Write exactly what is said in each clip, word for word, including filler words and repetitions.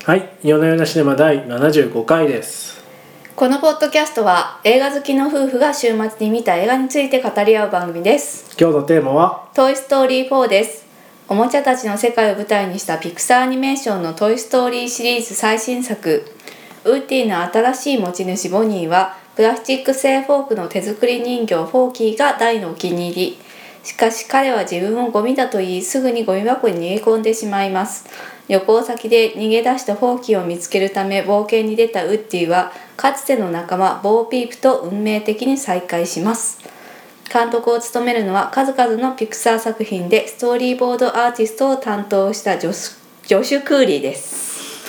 はい、夜な夜なシネマだいななじゅうごかいです。 このポッドキャストは映画好きの夫婦が週末に見た映画について語り合う番組です。 今日のテーマはトイストーリーフォーです。おもちゃたちの世界を舞台にしたピクサーアニメーションのトイストーリーシリーズ最新作。ウッディの新しい持ち主ボニーはプラスチック製フォークの手作り人形フォーキーが大のお気に入り。しかし彼は自分をゴミだと言い、すぐにゴミ箱に逃げ込んでしまいます。旅行先で逃げ出したフォーキーを見つけるため冒険に出たウッディはかつての仲間ボーピープと運命的に再会します。監督を務めるのは数々のピクサー作品でストーリーボードアーティストを担当したジョス、ジョシュ・クーリーです。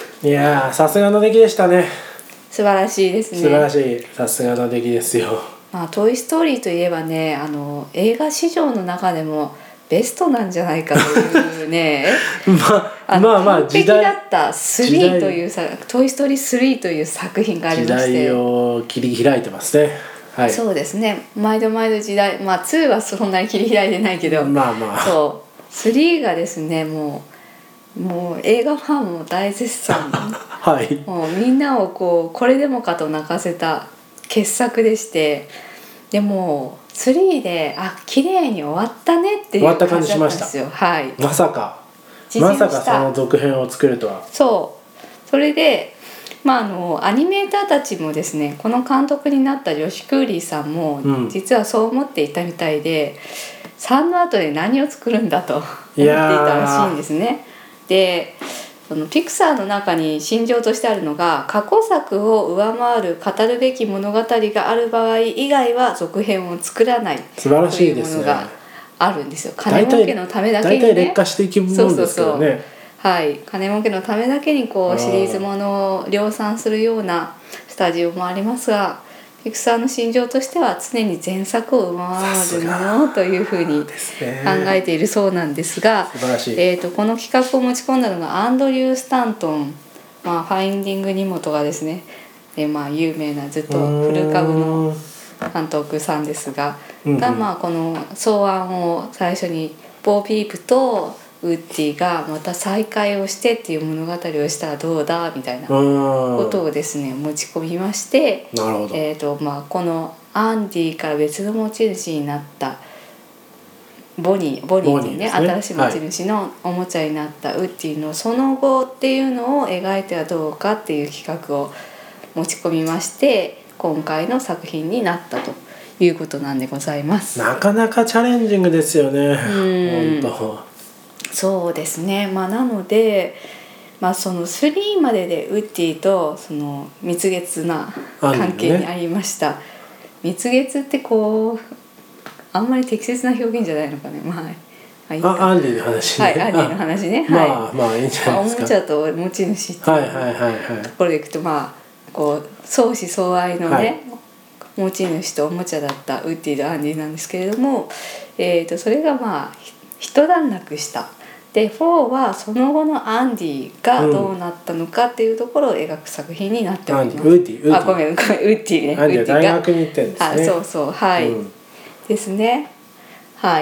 いやー、さすがの出来でしたね。 素晴らしいですね。 素晴らしい、さすがの出来ですよ。 まあ、トイストーリーといえばね、あの映画史上の中でもベストなんじゃないかというねまあまあまあ完璧だったスリーというさトイストーリースリーという作品がありまして、 時代を切り開いてますね。はい、 そうですね、毎度毎度時代、まあツーはそんなに切り開いてないけど、 まあまあそうスリーがですね、もうもう映画ファンも大絶賛はい、 もうみんなをこうこれでもかと泣かせた傑作でして、でもスリーであ綺麗に終わったねっていう感じだったんですよ。はい、 まさかまさかその続編を作るとは。 そうそれで、まあ、あのアニメーターたちもですね、この監督になったジョシュ・クーリーさんも実はそう思っていたみたいで、うん、さんの後で何を作るんだと思っていたらしいんですね。でそのピクサーの中に心情としてあるのが、過去作を上回る語るべき物語がある場合以外は続編を作らないというものがあるんですよ。金儲けのためだけにね。 大体劣化していくもんですけどね。そうそうそう、 はい、金儲けのためだけにこうシリーズものを量産するようなスタジオもありますが、ピクサーの心情としては常に前作を上回るものというふうに考えているそうなんですが、 素晴らしい。 えーと、この企画を持ち込んだのがアンドリュー・スタントン、まあ、ファインディング・ニモとかですね、で、まあ、有名なずっと古株の監督さんですが、うんうん、がまあこの草案を最初にボー・ピープとウッディがまた再会をしてっていう物語をしたらどうだみたいなことをですね持ち込みまして、 なるほど、 えーとまあ、このアンディから別の持ち主になったボニーボニーにね、ね新しい持ち主のおもちゃになったウッディのその後っていうのを描いてはどうかっていう企画を持ち込みまして、今回の作品になったということなんでございます。 なかなかチャレンジングですよね。うん、本当そうですね、まあ、なので、まあ、そのスリーまででウッディとその蜜月な関係にありました、ね、蜜月ってこうあんまり適切な表現じゃないのかね、まあ、まあいいか、 あアンディの話ね、 はい、アンディの話ね、はい、 まあまあいいんじゃないですか。 おもちゃと持ち主っていうところでいくと、まあこう相思相愛のね、はい、持ち主とおもちゃだったウッディとアンディなんですけれども、えーとそれがまあ一段落した。でフォーはその後のアンディがどうなったのかっていうところを描く作品になっております。 ウッディ、ウッディ、 あ、ごめんごめん、ウッディね。 アンディは大学に行ってるんですね。 あ、そうそう、はい、うん、ですね。はい。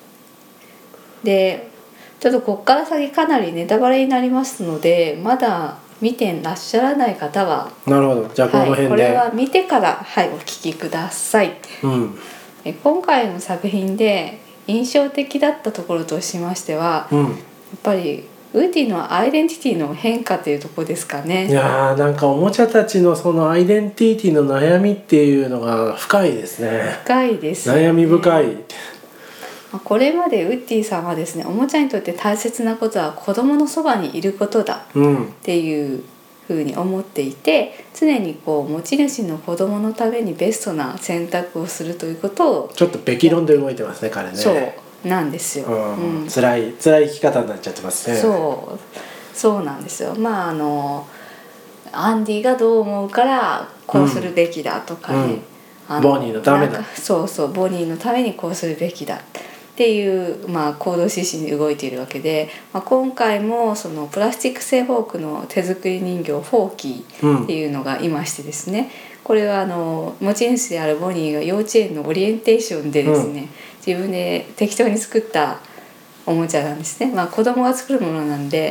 で、ちょっとここから先かなりネタバレになりますので、まだ見てらっしゃらない方は、 なるほど、じゃあこの辺で、はい、 これは見てからはいお聞きください。うん、え今回の作品で印象的だったところとしましては、うん、やっぱりウッディのアイデンティティの変化というところですかね。 いやー、なんかおもちゃたちのそのアイデンティティの悩みっていうのが深いですね。 深いですね。 悩み深い。 これまでウッディさんはですね、おもちゃにとって大切なことは子供のそばにいることだっていうふうに思っていて、常にこう持ち主の子供のためにベストな選択をするということを、 ちょっとべき論で動いてますね、彼ね。 そうなんですよ、 うんうん、辛い辛い生き方になっちゃってますね。 そうそうなんですよ。まああのアンディがどう思うからこうするべきだとかね、うんうん、 あのボニーのためだ、 そうそうボニーのためにこうするべきだっていう、まあ、行動指針で動いているわけで、まあ、今回もそのプラスチック製フォークの手作り人形フォーキーっていうのがいましてですね、うん、これはあの持ち主であるボニーが幼稚園のオリエンテーションでですね、うん、自分で適当に作ったおもちゃなんですね。まあ、子供が作るものなんで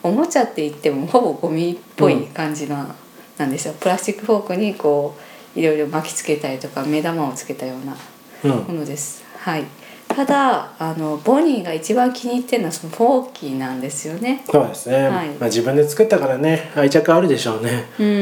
おもちゃって言ってもほぼゴミっぽい感じな、うん、なんですよ。プラスチックフォークにこういろいろ巻きつけたりとか目玉をつけたようなものです、うん、はい。ただあのボニーが一番気に入ってるのはそのフォーキーなんですよね。 そうですね、はい、まあ、自分で作ったからね愛着あるでしょうね。 うん、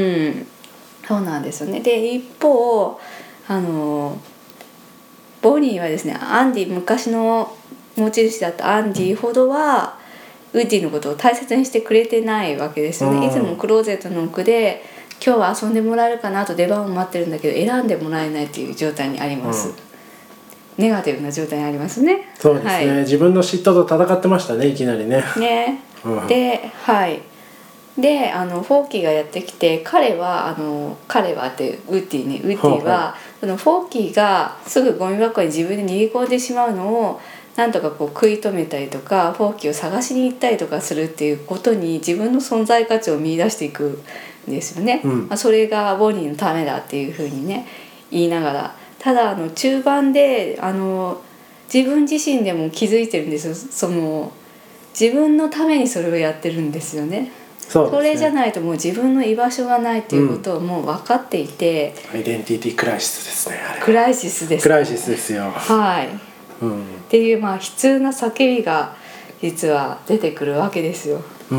そうなんですよね。で一方あのボニーはですね、アンディ昔の持ち主だったアンディほどはウッディのことを大切にしてくれてないわけですよね、うん、いつもクローゼットの奥で今日は遊んでもらえるかなと出番を待ってるんだけど選んでもらえないっていう状態にあります、うん、ネガティブな状態にありますね。 そうですね、はい、自分の嫉妬と戦ってましたねいきなりね。 ね、うん、で、はいであのフォーキーがやってきて彼はあの彼はってウッディねウッディはそのフォーキーがすぐゴミ箱に自分で逃げ込んでしまうのをなんとかこう食い止めたりとかフォーキーを探しに行ったりとかするっていうことに自分の存在価値を見出していくんですよね、うん、まあ、それがボニーのためだっていうふうにね言いながら、ただあの中盤であの自分自身でも気づいてるんですよ。その自分のためにそれをやってるんですよね。そ, ねそれじゃないともう自分の居場所がないっていうことをもう分かっていて、 うん、アイデンティティクライシスですね。あれクライシスです、ね、 クライシスですよ。 はい、うん、っていうまあ悲痛な叫びが実は出てくるわけですよ、うん、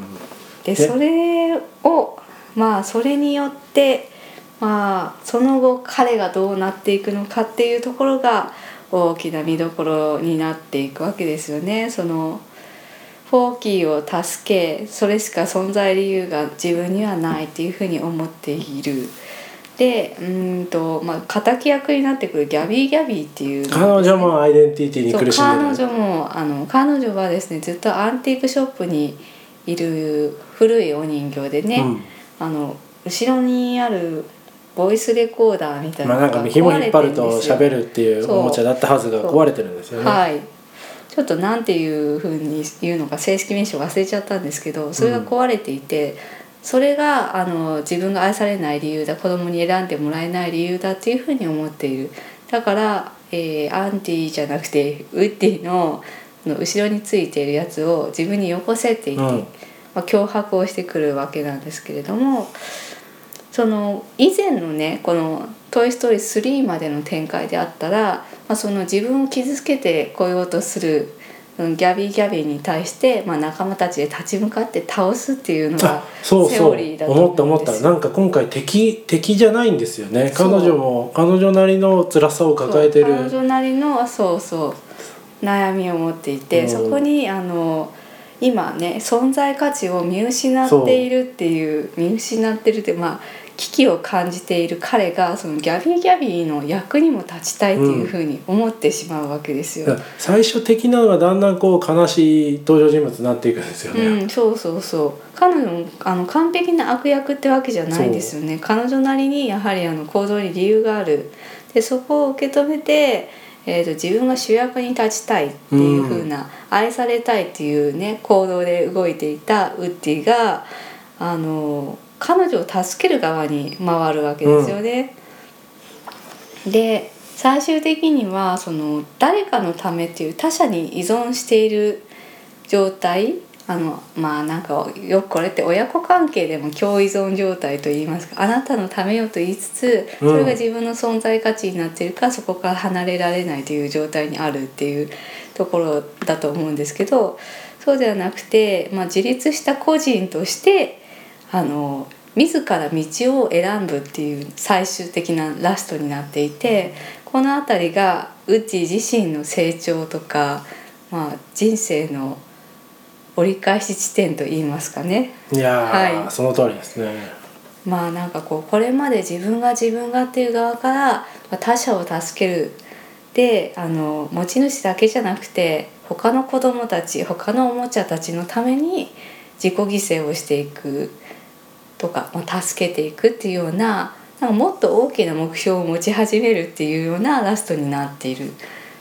でそれをまあそれによってまあその後彼がどうなっていくのかっていうところが大きな見どころになっていくわけですよね。そのフォーキーを助けそれしか存在理由が自分にはないっていうふうに思っている。でうんと、まあ、敵役になってくるギャビーギャビーっていう、ね、 彼女もアイデンティティに苦しんでる。 彼女もあの彼女はですねずっとアンティークショップにいる古いお人形でね、うん、あの後ろにあるボイスレコーダーみたいなのが壊れてるんですよ。 まあ、なんか紐引っ張ると喋るっていうおもちゃだったはずが壊れてるんですよね。 はい、ちょっとなんていう風に言うのか正式名称忘れちゃったんですけど、それが壊れていて、うん、それがあの自分が愛されない理由だ、子供に選んでもらえない理由だっていう風に思っている。だから、えー、アンティじゃなくてウッディ の, の後ろについているやつを自分によこせって言って、うん、まあ、脅迫をしてくるわけなんですけれども、その以前のねこのトイストーリースリーまでの展開であったら、まあ、その自分を傷つけてこようとするギャビーギャビーに対して、まあ、仲間たちで立ち向かって倒すっていうのがセオリーだと思うんですよ。 そうそう思った思った。なんか今回敵敵じゃないんですよね。彼女も彼女なりの辛さを抱えてる。 彼女なりのそうそう悩みを持っていて、うん、そこにあの今ね存在価値を見失っているっていう見失ってるってまあ危機を感じている彼がそのギャビーギャビーの役にも立ちたいっていうふうに思ってしまうわけですよ、うん、 最初的なのがだんだんこう悲しい登場人物になっていくんですよね、 うん、そうそうそう。彼女もあの完璧な悪役ってわけじゃないですよね。彼女なりにやはりあの行動に理由がある。でそこを受け止めて、えーと、自分が主役に立ちたいっていう風な、うん、愛されたいっていうね行動で動いていたウッディがあの彼女を助ける側に回るわけですよね、うん、で最終的にはその誰かのためっていう他者に依存している状態、あのまあなんかよくこれって親子関係でも共依存状態と言いますか、あなたのためよと言いつつそれが自分の存在価値になっているからそこから離れられないという状態にあるっていうところだと思うんですけど、そうではなくて、まあ、自立した個人としてあの自ら道を選ぶっていう最終的なラストになっていて、このあたりがウッディ自身の成長とか、まあ、人生の折り返し地点と言いますかね。 いやー、はい、その通りですね。 まあなんかこうこれまで自分が自分がっていう側から他者を助けるで、あの持ち主だけじゃなくて他の子どもたち他のおもちゃたちのために自己犠牲をしていくとか、まあ、助けていくっていうような、なんかもっと大きな目標を持ち始めるっていうようなラストになっている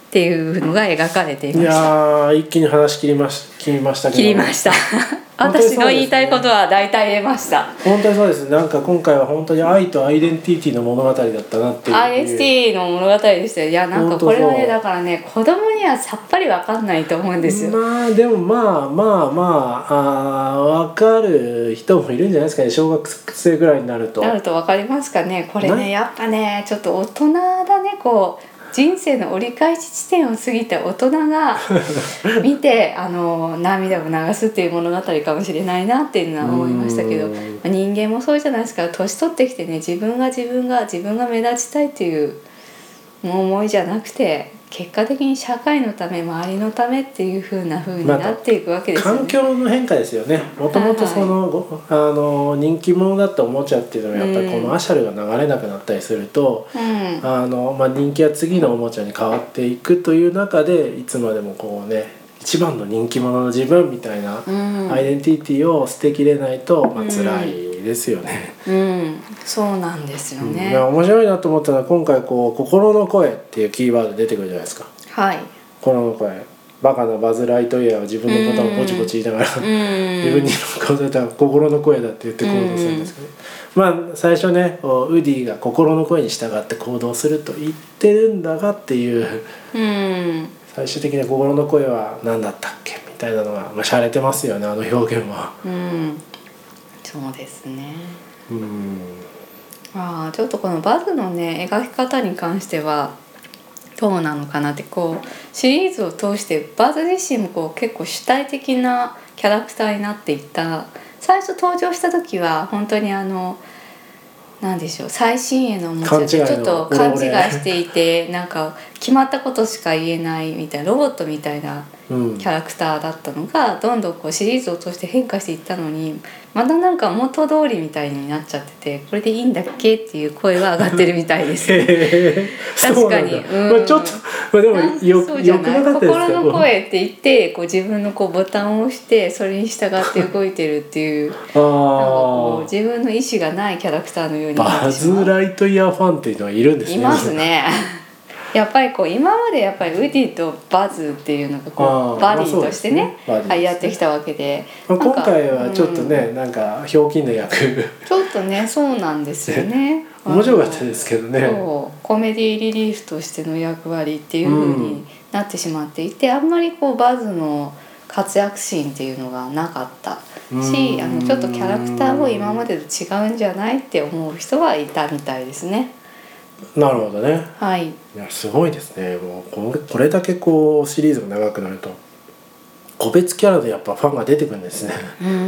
っていうのが描かれていまいやした。 ー一気に話し切りまし切りましたけど。 切りました私の言いたいことは大体言えました。 本当にそうです。なんか今回は本当に愛とアイデンティティの物語だったなっていう。 アイエスティー の物語でしたよ。いやなんかこれはねだからね子供にはさっぱり分かんないと思うんですよ。 まあでもまあまあまああ分かる人もいるんじゃないですかね。小学生ぐらいになると。 なると分かりますかね。これねやっぱねちょっと大人だねこう。人生の折り返し地点を過ぎた大人が見てあの涙を流すっていう物語かもしれないなっていうのは思いましたけど、人間もそうじゃないですか。年取ってきてね自分が自分が自分が目立ちたいっていう思いじゃなくて結果的に社会のため周りのためっていう風な風になっていくわけですよね。 環境の変化ですよね。もともとその、はいはい、あの人気者だったおもちゃっていうのはやっぱりこのアシャルが流れなくなったりすると、うん、あのまあ、人気は次のおもちゃに変わっていくという中でいつまでもこうね一番の人気者の自分みたいなアイデンティティを捨てきれないと、まあ辛いですよね。 うん、うん、そうなんですよね。 うん、面白いなと思ったのは今回こう心の声っていうキーワード出てくるじゃないですか。 はい。 心の声。バカなバズ・ライトイヤーは自分のことをぼちぼち言いながら自分に顔されたら心の声だって言って行動するんですけど、まあ最初ねウディが心の声に従って行動すると言ってるんだがっていう、うん最終的な心の声は何だったっけみたいなのが、まあ、洒落てますよねあの表現は。 うん、そうですね。 うんあちょっとこのバズのね描き方に関してはどうなのかなってこうシリーズを通してバズ自身もこう結構主体的なキャラクターになっていった。最初登場した時は本当にあのなんでしょう最新鋭のおもちゃでちょっと勘違いしていてなんか決まったことしか言えないみたいなロボットみたいなキャラクターだったのが、うん、どんどんこうシリーズを通して変化していったのにまたなんか元通りみたいになっちゃっててこれでいいんだっけっていう声は上がってるみたいです、ね、確かに、うんまあ、ちょっと、まあ、でもよそうじゃない心の声って言ってこう自分のこうボタンを押してそれに従って動いてるっていうなんかこう自分の意思がないキャラクターのようになってしまう。 バズ・ライトイヤーファンっていうのはいるんですね。 いますねやっぱりこう今までやっぱりウディとバズっていうのがこうバディとしてね、まあ、ねはいやってきたわけで、 まあ、今回はちょっとね、うん、なんかひょうきんな役ちょっとねそうなんですよね面白かったですけどね。 そうコメディリリーフとしての役割っていう風になってしまっていて、うん、あんまりこうバズの活躍シーンっていうのがなかったしあのちょっとキャラクターも今までと違うんじゃないって思う人はいたみたいですね。 なるほどね。 はい。 いやすごいですね。もうこれ、これだけこうシリーズが長くなると個別キャラでやっぱファンが出てくるんですね。 うん、うん、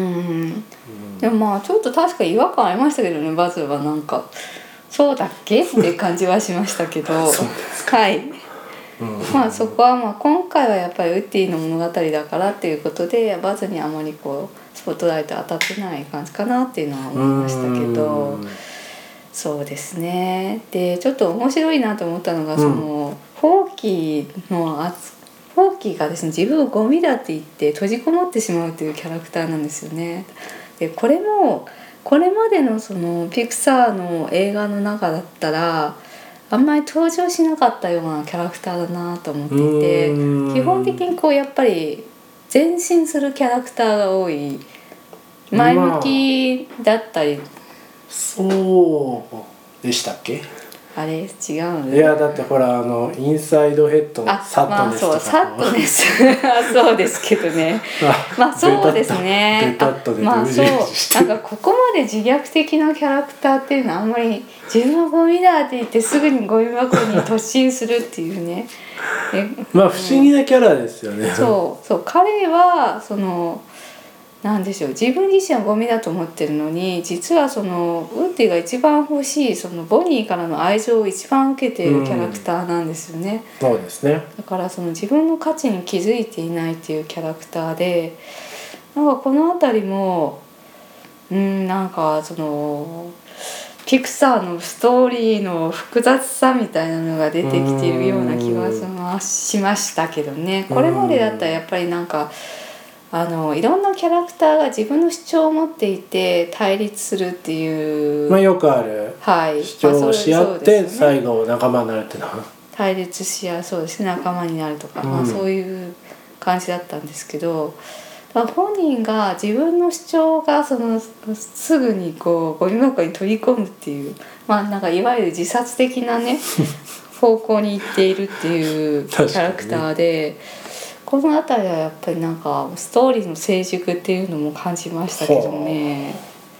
でもまあちょっと確か違和感ありましたけどねバズはなんかそうだっけって感じはしましたけどそうですか。 はい。うん、まあそこはまあ今回はやっぱりウッディの物語だからっていうことでバズにあまりこうスポットライト当たってない感じかなっていうのは思いましたけど。そうですね。でちょっと面白いなと思ったのが、うん、そのホーキーのあホーキーがですね自分をゴミだって言って閉じこもってしまうというキャラクターなんですよね。でこれもこれまでのそのピクサーの映画の中だったらあんまり登場しなかったようなキャラクターだなと思っていて、基本的にこうやっぱり前進するキャラクターが多い前向きだったり、まあそうでしたっけ？ あれ違うの？ いやだってほらあのインサイドヘッドのサットネスとか、 まあそうサットネスそうですけどねまあそうですねベタッと出てまあそうなんかここまで自虐的なキャラクターっていうのはあんまり自分はゴミだって言ってすぐにゴミ箱に突進するっていうねまあ不思議なキャラですよね、うん、 そうそう彼はそのなんでしょう自分自身はゴミだと思ってるのに実はそのウッディが一番欲しいそのボニーからの愛情を一番受けているキャラクターなんですよね、 うん、そうですね。 だからその自分の価値に気づいていないっていうキャラクターでなんかこの辺りもうんなんかそのピクサーのストーリーの複雑さみたいなのが出てきているような気がしましたけどね。これまでだったらやっぱりなんかあのいろんなキャラクターが自分の主張を持っていて対立するっていう、 まあ、よくある、 はい、 主張をし合って最後仲間になるっていうのは対立し合うそうですね仲間になるとか、 うんまあ、そういう感じだったんですけど、だから本人が自分の主張がそのすぐにこうゴミ箱に取り込むっていう、まあなんかいわゆる自殺的なね方向に行っているっていうキャラクターで、この辺りはやっぱりなんかストーリーの成熟っていうのも感じましたけどね。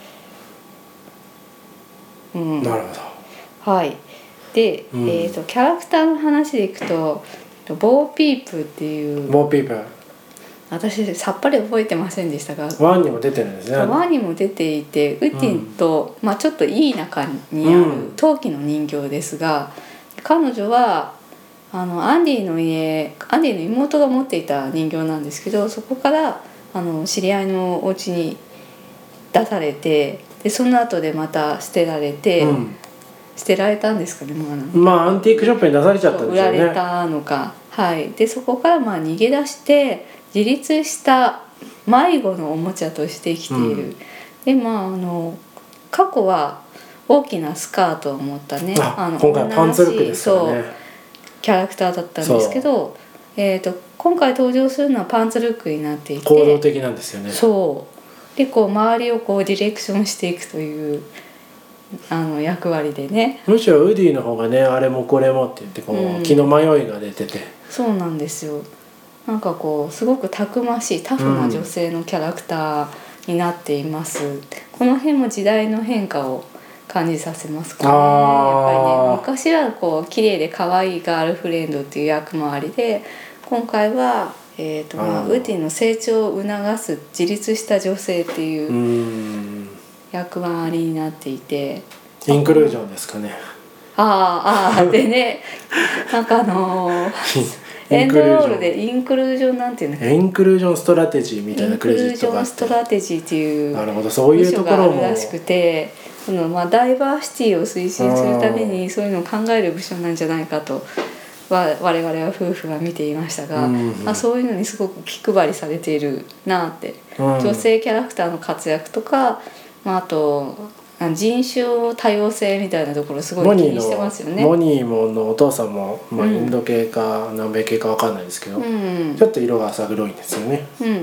うん、 なるほど。はい。で、 うん、 えーと、キャラクターの話でいくとボーピープっていうボーピープ私さっぱり覚えてませんでしたがワンにも出てるんですね。 ワンにも出ていてウティンと、うんまあ、ちょっといい仲にある陶器の人形ですが、うん、彼女はあのアンディの家アンディの妹が持っていた人形なんですけど、そこからあの知り合いのお家に出されて、でその後でまた捨てられて、うん、捨てられたんですかね、まあ、 まあアンティークショップに出されちゃったんですよね。 売られたのか、はい、でそこからまあ逃げ出して自立した迷子のおもちゃとして生きている、うん、でまああの過去は大きなスカートを持ったね、 あの今回パンツルックですからね、 そうキャラクターだったんですけど、えーと、今回登場するのはパンツルックになっていて行動的なんですよね。 そうでこう周りをこうディレクションしていくというあの役割でね。 むしろウディの方がねあれもこれもって言ってこう、うん、気の迷いが出てて、 そうなんですよ。なんかこうすごくたくましいタフな女性のキャラクターになっています、うん、この辺も時代の変化を感じさせますかね。やっぱりね昔はこう綺麗で可愛いガールフレンドっていう役回りで、今回は、えーとまあ、ウディの成長を促す自立した女性っていう役回りになっていて、 インクルージョンですかね。 あああでねなんかあのーエンドロールでインクルージョンなんていうのインクルージョンストラテジーみたいなクレジットがあって、 インクルージョンストラテジーっていうなるほどそういうところも部署があるらしくて、そのまあダイバーシティを推進するためにそういうのを考える部署なんじゃないかとは我々は夫婦は見ていましたが、うんうんまあ、そういうのにすごく気配りされているなって、うん、女性キャラクターの活躍とか、まあ、あと人種多様性みたいなところすごい気にしてますよね。 モニーものお父さんも、まあ、インド系か南米系か分かんないですけど、うん、ちょっと色が浅黒いんですよね、うんうん、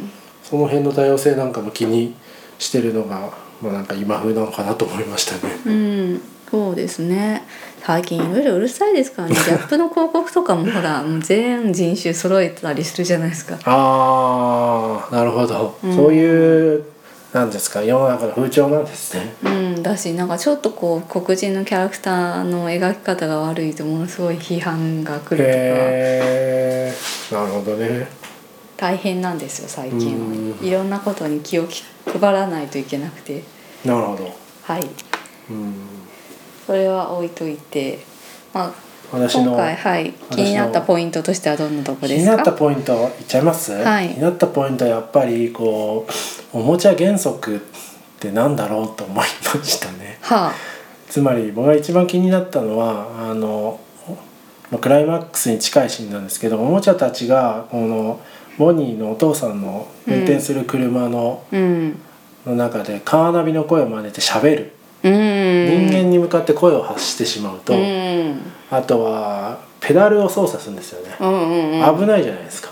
その辺の多様性なんかも気にしてるのが、まあ、なんか今風なのかなと思いましたね、 うん、そうですね。最近いろいろうるさいですからね。ギャップの広告とかもほらもう全人種揃えたりするじゃないですか。 ああなるほど、うん、そういうなんですか世の中の風潮なんですね。 うんだしなんかちょっとこう黒人のキャラクターの描き方が悪いとものすごい批判が来るとか。 へーなるほどね。 大変なんですよ最近は。いろんなことに気を配らないといけなくて。 なるほど。 はい。 うんそれは置いといて、まあ、 私の今回、はい、気になったポイントとしてはどんなとこですか？ 気になったポイントいっちゃいます、 はい、 気になったポイントはやっぱりこうおもちゃ原則ってなんだろうと思いましたね、はあ、つまり僕が一番気になったのはあのクライマックスに近いシーンなんですけど、おもちゃたちがこのボニーのお父さんの運転する車の、うん、の中でカーナビの声を真似て喋る、うん、人間に向かって声を発してしまうと、うん、あとはペダルを操作するんですよね、うんうんうん、危ないじゃないですか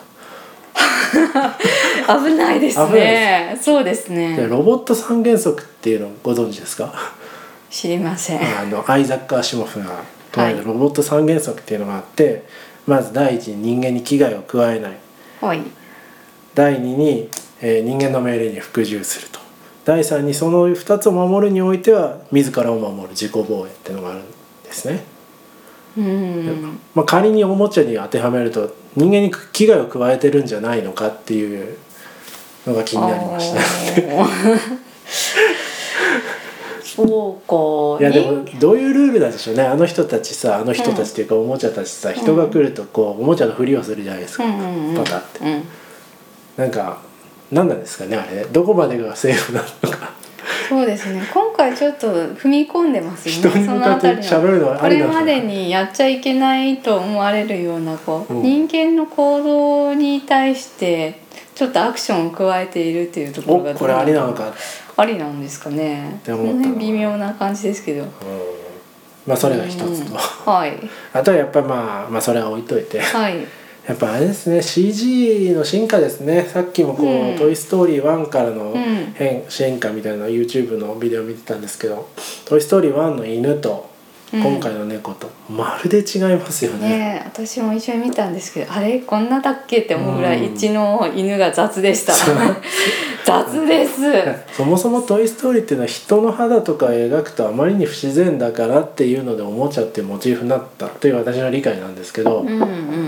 危ないですね。そうですね。 でロボット三原則っていうのをご存知ですか？ 知りません。 あのアイザック・アシモフが唱えるロボット三原則っていうのがあって、まず第一に人間に危害を加えない、はい、第二に、えー、人間の命令に服従すると、第三にそのふたつを守るにおいては自らを守る自己防衛っていうのがあるんですね。うんまあ、仮におもちゃに当てはめると人間に危害を加えてるんじゃないのかっていうのが気になりましたねそうか。 いやでもどういうルールなんでしょうね。あの人たちさあの人たちっていうかおもちゃたちさ、うん、人が来るとこうおもちゃのふりをするじゃないですか、うんうんうん、パタって、うん、なんか何なんですかねあれどこまでがセーフなのかそうですね。今回ちょっと踏み込んでますよね。 人に向かって喋るのはありなのか。 これまでにやっちゃいけないと思われるようなこう、うん、人間の行動に対してちょっとアクションを加えているっていうところがおこれありなのかありなんですかね。その辺微妙な感じですけど、うん、 まあそれが一つと、 うん、はい、 あとはやっぱり、まあ、まあそれは置いといて、 はい、 やっぱあれですね シージー の進化ですね。さっきもこう、うん、トイストーリーワンからの変、うん、進化みたいな YouTube のビデオ見てたんですけど、トイストーリーワンの犬と今回の猫とまるで違いますよね。 ねえ、私も一緒に見たんですけど、あれこんなだっけって思うぐらい、うちの犬が雑でした。雑です。 そもそもトイストーリーっていうのは人の肌とか描くとあまりに不自然だからっていうのでおもちゃっていうモチーフになったという私の理解なんですけど、うんうん、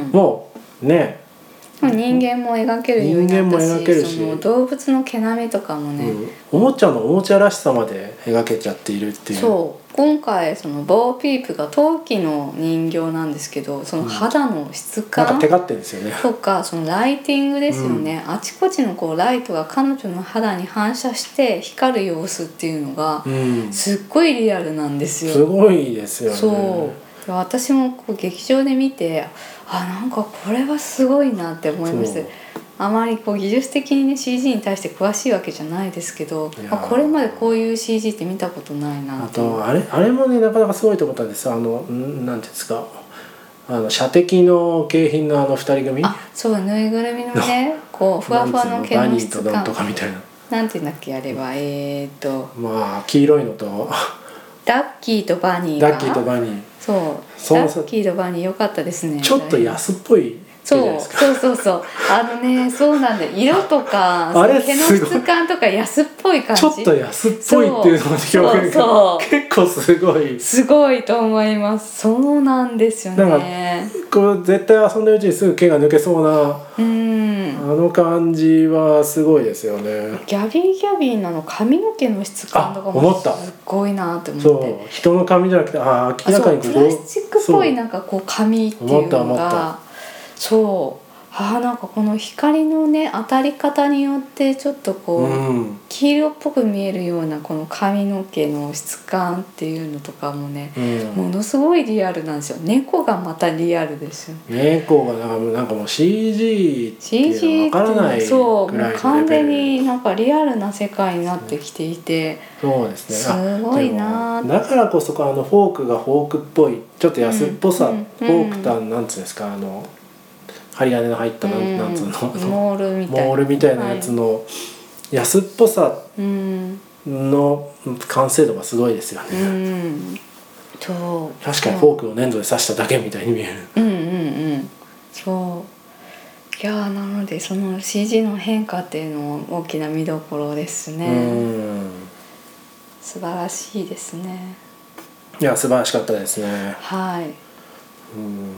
もうね、 人間も描けるようになったし、人間も描けるし、その動物の毛並みとかもね、うん、 おもちゃのおもちゃらしさまで描けちゃっているっていう。 そう今回そのボーピープが陶器の人形なんですけど、その肌の質感、 うん、なんかテカってんですよねとかそのライティングですよね、うん、あちこちのこうライトが彼女の肌に反射して光る様子っていうのがすっごいリアルなんですよ、 すごいですよね。 そう私もこう劇場で見て、あなんかこれはすごいなって思いました。あまりこう技術的にね シージー に対して詳しいわけじゃないですけど、あこれまでこういう シージー って見たことないなあとあれあれもねなかなかすごいと思ったんです。あのんなんていうんですか、あの射的の景品のあのふたり組、 あそうぬいぐるみのねこうふわふわの毛の質感、 バニーとなんとかみたいな、 なんていうんだっけあれは、えー、っとまあ黄色いのとダッキーとバニーがダッキーとバニーそうダッキーとバニー良かったですね。 ちょっと安っぽいそうそうそうそうあのねそうなんで色とかあれ毛の質感とか安っぽい感じ、 ちょっと安っぽいっていうのが表現が結構すごいすごいと思います。そうなんですよね。なんかこう絶対遊んでるうちにすぐ毛が抜けそうなうんあの感じはすごいですよね。 ギャビーギャビーなの髪の毛の質感とかもすごいなって思って、 そう人の髪じゃなくてあ明らかにこうプラスチックっぽいなんかこう髪っていうのがそうあなんかこの光のね当たり方によってちょっとこう、うん、黄色っぽく見えるようなこの髪の毛の質感っていうのとかもね、うん、ものすごいリアルなんですよ。猫がまたリアルですよ。 猫がなんか、なんかもう シージー っていうの分からないぐらいのレベル、 そうもう完全になんかリアルな世界になってきていて、 そうですね、 すごいな。 だからこそあのフォークがフォークっぽいちょっと安っぽさ、うんうん、フォークとはなんつうんですか、あの針金の入ったなん、うん、なんつうのモールみたいなモールみたいなやつの安っぽさの完成度がすごいですよね、うん、そう確かにフォークを粘土で刺しただけみたいに見える。 うんうんうんそういやなのでその シージー の変化っていうのも大きな見どころですね。うん素晴らしいですね。 いや素晴らしかったですね。 はいうん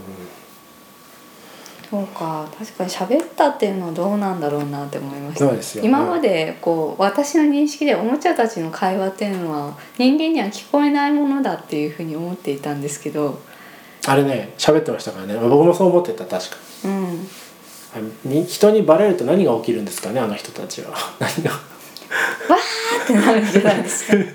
そうか確かに喋ったっていうのはどうなんだろうなって思いました。そうですよね、今までこう私の認識でおもちゃたちの会話っていうのは人間には聞こえないものだっていうふうに思っていたんですけど、 あれね喋ってましたからね。僕もそう思ってた確か、うん、人にバレると何が起きるんですかねあの人たちは何がわーってなるんじゃないですか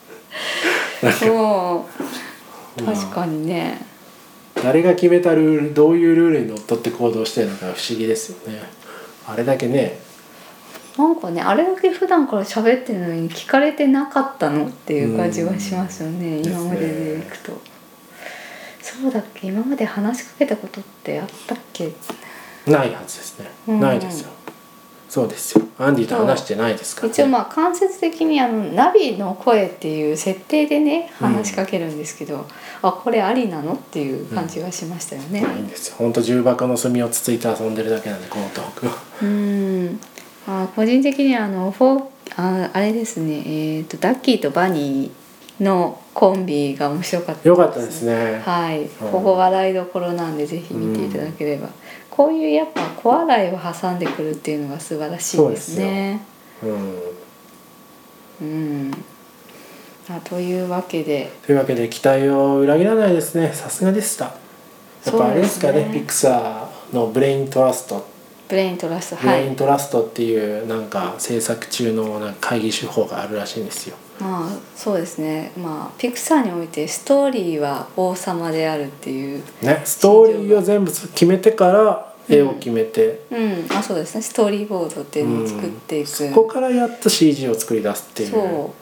そう確かにね、 誰が決めたルールどういうルールにのっとって行動してるのか不思議ですよね。あれだけねなんかねあれだけ普段から喋ってるのに聞かれてなかったのっていう感じがしますよね、今まででいくと。そうだっけ今まで話しかけたことってあったっけ。 ないはずですね、うん、ないですよ。そうですよアンディと話してないですからね。 一応まあ間接的にあのナビの声っていう設定でね話しかけるんですけど、うん、あこれありなのっていう感じがしましたよね。 ない、うん、んですよ本当重箱の隅をつついて遊んでるだけなんでこのトークは。うんあ個人的にはあのフォーああれですね、えー、とダッキーとバニーのコンビが面白かったです。 よかったですね。 はい、うん、ここ笑いどころなんでぜひ見ていただければ、うん、こういうやっぱ小笑いを挟んでくるっていうのが素晴らしいですね。そうですよ、うんうん、あというわけでというわけで期待を裏切らないですね。さすがでした。やっぱあれですかね、ピクサーのブレイントラストブレイントラストブレイントラストっていうなんか制作中のなんか会議手法があるらしいんですよ。 まあそうですね、まあピクサーにおいてストーリーは王様であるっていうね、ストーリーを全部決めてから絵を決めて、 うん、うん、あそうですねストーリーボードっていうのを作っていく、うん、 そこからやっと シージー を作り出すっていう。 そう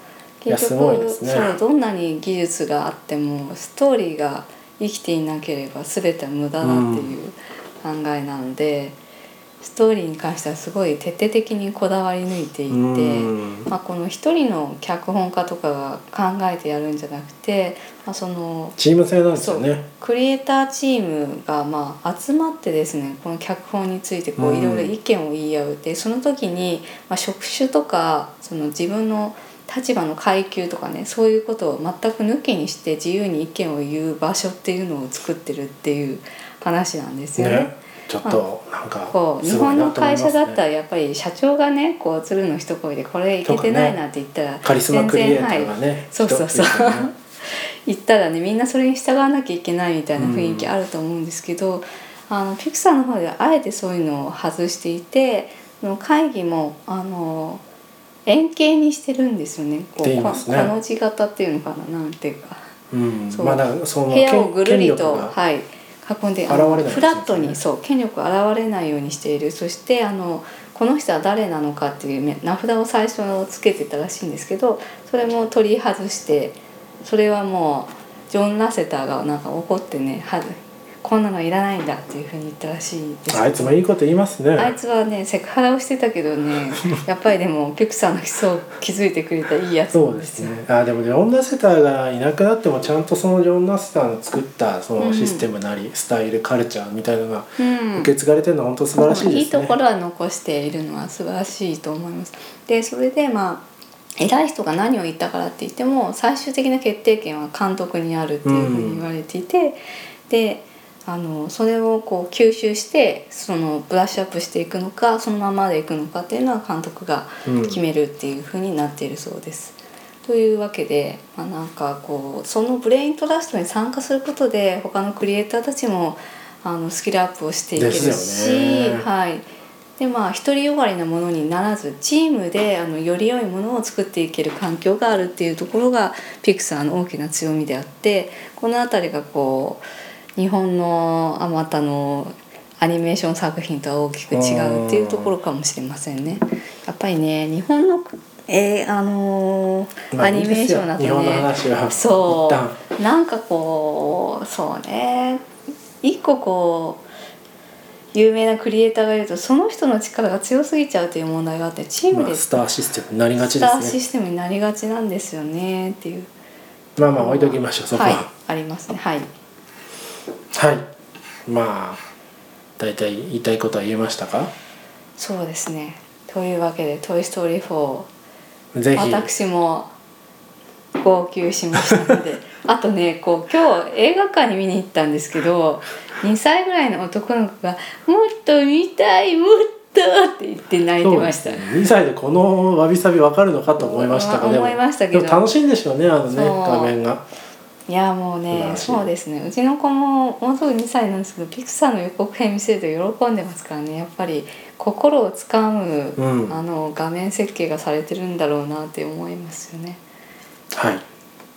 いやすごいですね。 そうどんなに技術があってもストーリーが生きていなければ全ては無駄だっていう考えなので、うん、ストーリーに関してはすごい徹底的にこだわり抜いていて、うんまあ、この一人の脚本家とかが考えてやるんじゃなくて、まあ、そのチーム性なんですよね。 クリエイターチームがまあ集まってですね、この脚本についてこういろいろ意見を言い合うで、その時にまあ職種とかその自分の立場の階級とかね、そういうことを全く抜きにして自由に意見を言う場所っていうのを作ってるっていう話なんですよね。ねちょっとなんかこう日本の会社だったらやっぱり社長がねこう鶴の一声でこれいけてないなって言ったら、ね、 カリスマクリエイターがね、 はい、そうそうそう言ったらねみんなそれに従わなきゃいけないみたいな雰囲気あると思うんですけど、うん、あのピクサーの方ではあえてそういうのを外していて、会議もあの円形にしてるんですよね。こう、ね、この字型っていうのかな、なんていうか、 うんそうまあ、なんかその部屋をぐるりと、はい、囲んであのフラットにそう権力が現れないようにしている。そしてあのこの人は誰なのかっていう名札を最初のつけてたらしいんですけど、それも取り外して、それはもうジョン・ラセターがなんか怒ってね、こんなのいらないんだっていうふうに言ったらしいです。 あいつもいいこと言いますね。 あいつはねセクハラをしてたけどねやっぱりでもピクサーの基礎を築いてくれたいいやつなんですよ。 そうですね。あでもジョン・ラセターがいなくなってもちゃんとそのジョン・ラセターの作ったそのシステムなり、うん、スタイルカルチャーみたいなのが受け継がれてるのは本当素晴らしいですね、うん、いいところは残しているのは素晴らしいと思います。でそれでまあ偉い人が何を言ったからって言っても最終的な決定権は監督にあるっていうふうに言われていて、うん、であのそれをこう吸収してそのブラッシュアップしていくのかそのままでいくのかっていうのは監督が決めるっていうふうになっているそうです、うん、というわけで、まあ、なんかこうそのブレイントラストに参加することで他のクリエイターたちもあのスキルアップをしていけるし、はい、でまあ独りよがりなものにならずチームであのより良いものを作っていける環境があるっていうところがピクサーの大きな強みであって、このあたりがこう日本のあまたのアニメーション作品とは大きく違うっていうところかもしれませんね。やっぱりね日本の、えーあのー、アニメーションだとね、 日本の話はそうなんかこうそうね一個こう有名なクリエイターがいるとその人の力が強すぎちゃうという問題があって、チームで、まあ、 スターシステムになりがちですね。 スターシステムになりがちなんですよねっていう。 まあまあ置いときましょうそこは、 はい、ありますね。はいはい、まあ大体言いたいことは言えましたか？ そうですね。というわけで「トイ・ストーリーフォー」 ぜひ私も号泣しましたのであとねこう今日映画館に見に行ったんですけどにさいぐらいの男の子が「もっと見たいもっと!」って言って泣いてました。そうですね、 にさいでこのわびさび分かるのかと思いましたが、 思いましたけどでも楽しいんでしょうねあのね画面が。 いやもうねそうですね、うちの子ももうすぐにさいなんですけどピクサーの予告編見せると喜んでますからね。やっぱり心をつかむ、うん、あの画面設計がされてるんだろうなって思いますよね。 はい、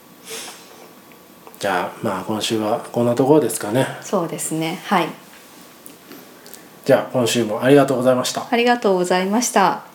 じゃあまあ今週はこんなところですかね。 そうですね、はい。 じゃあ今週もありがとうございました。 ありがとうございました。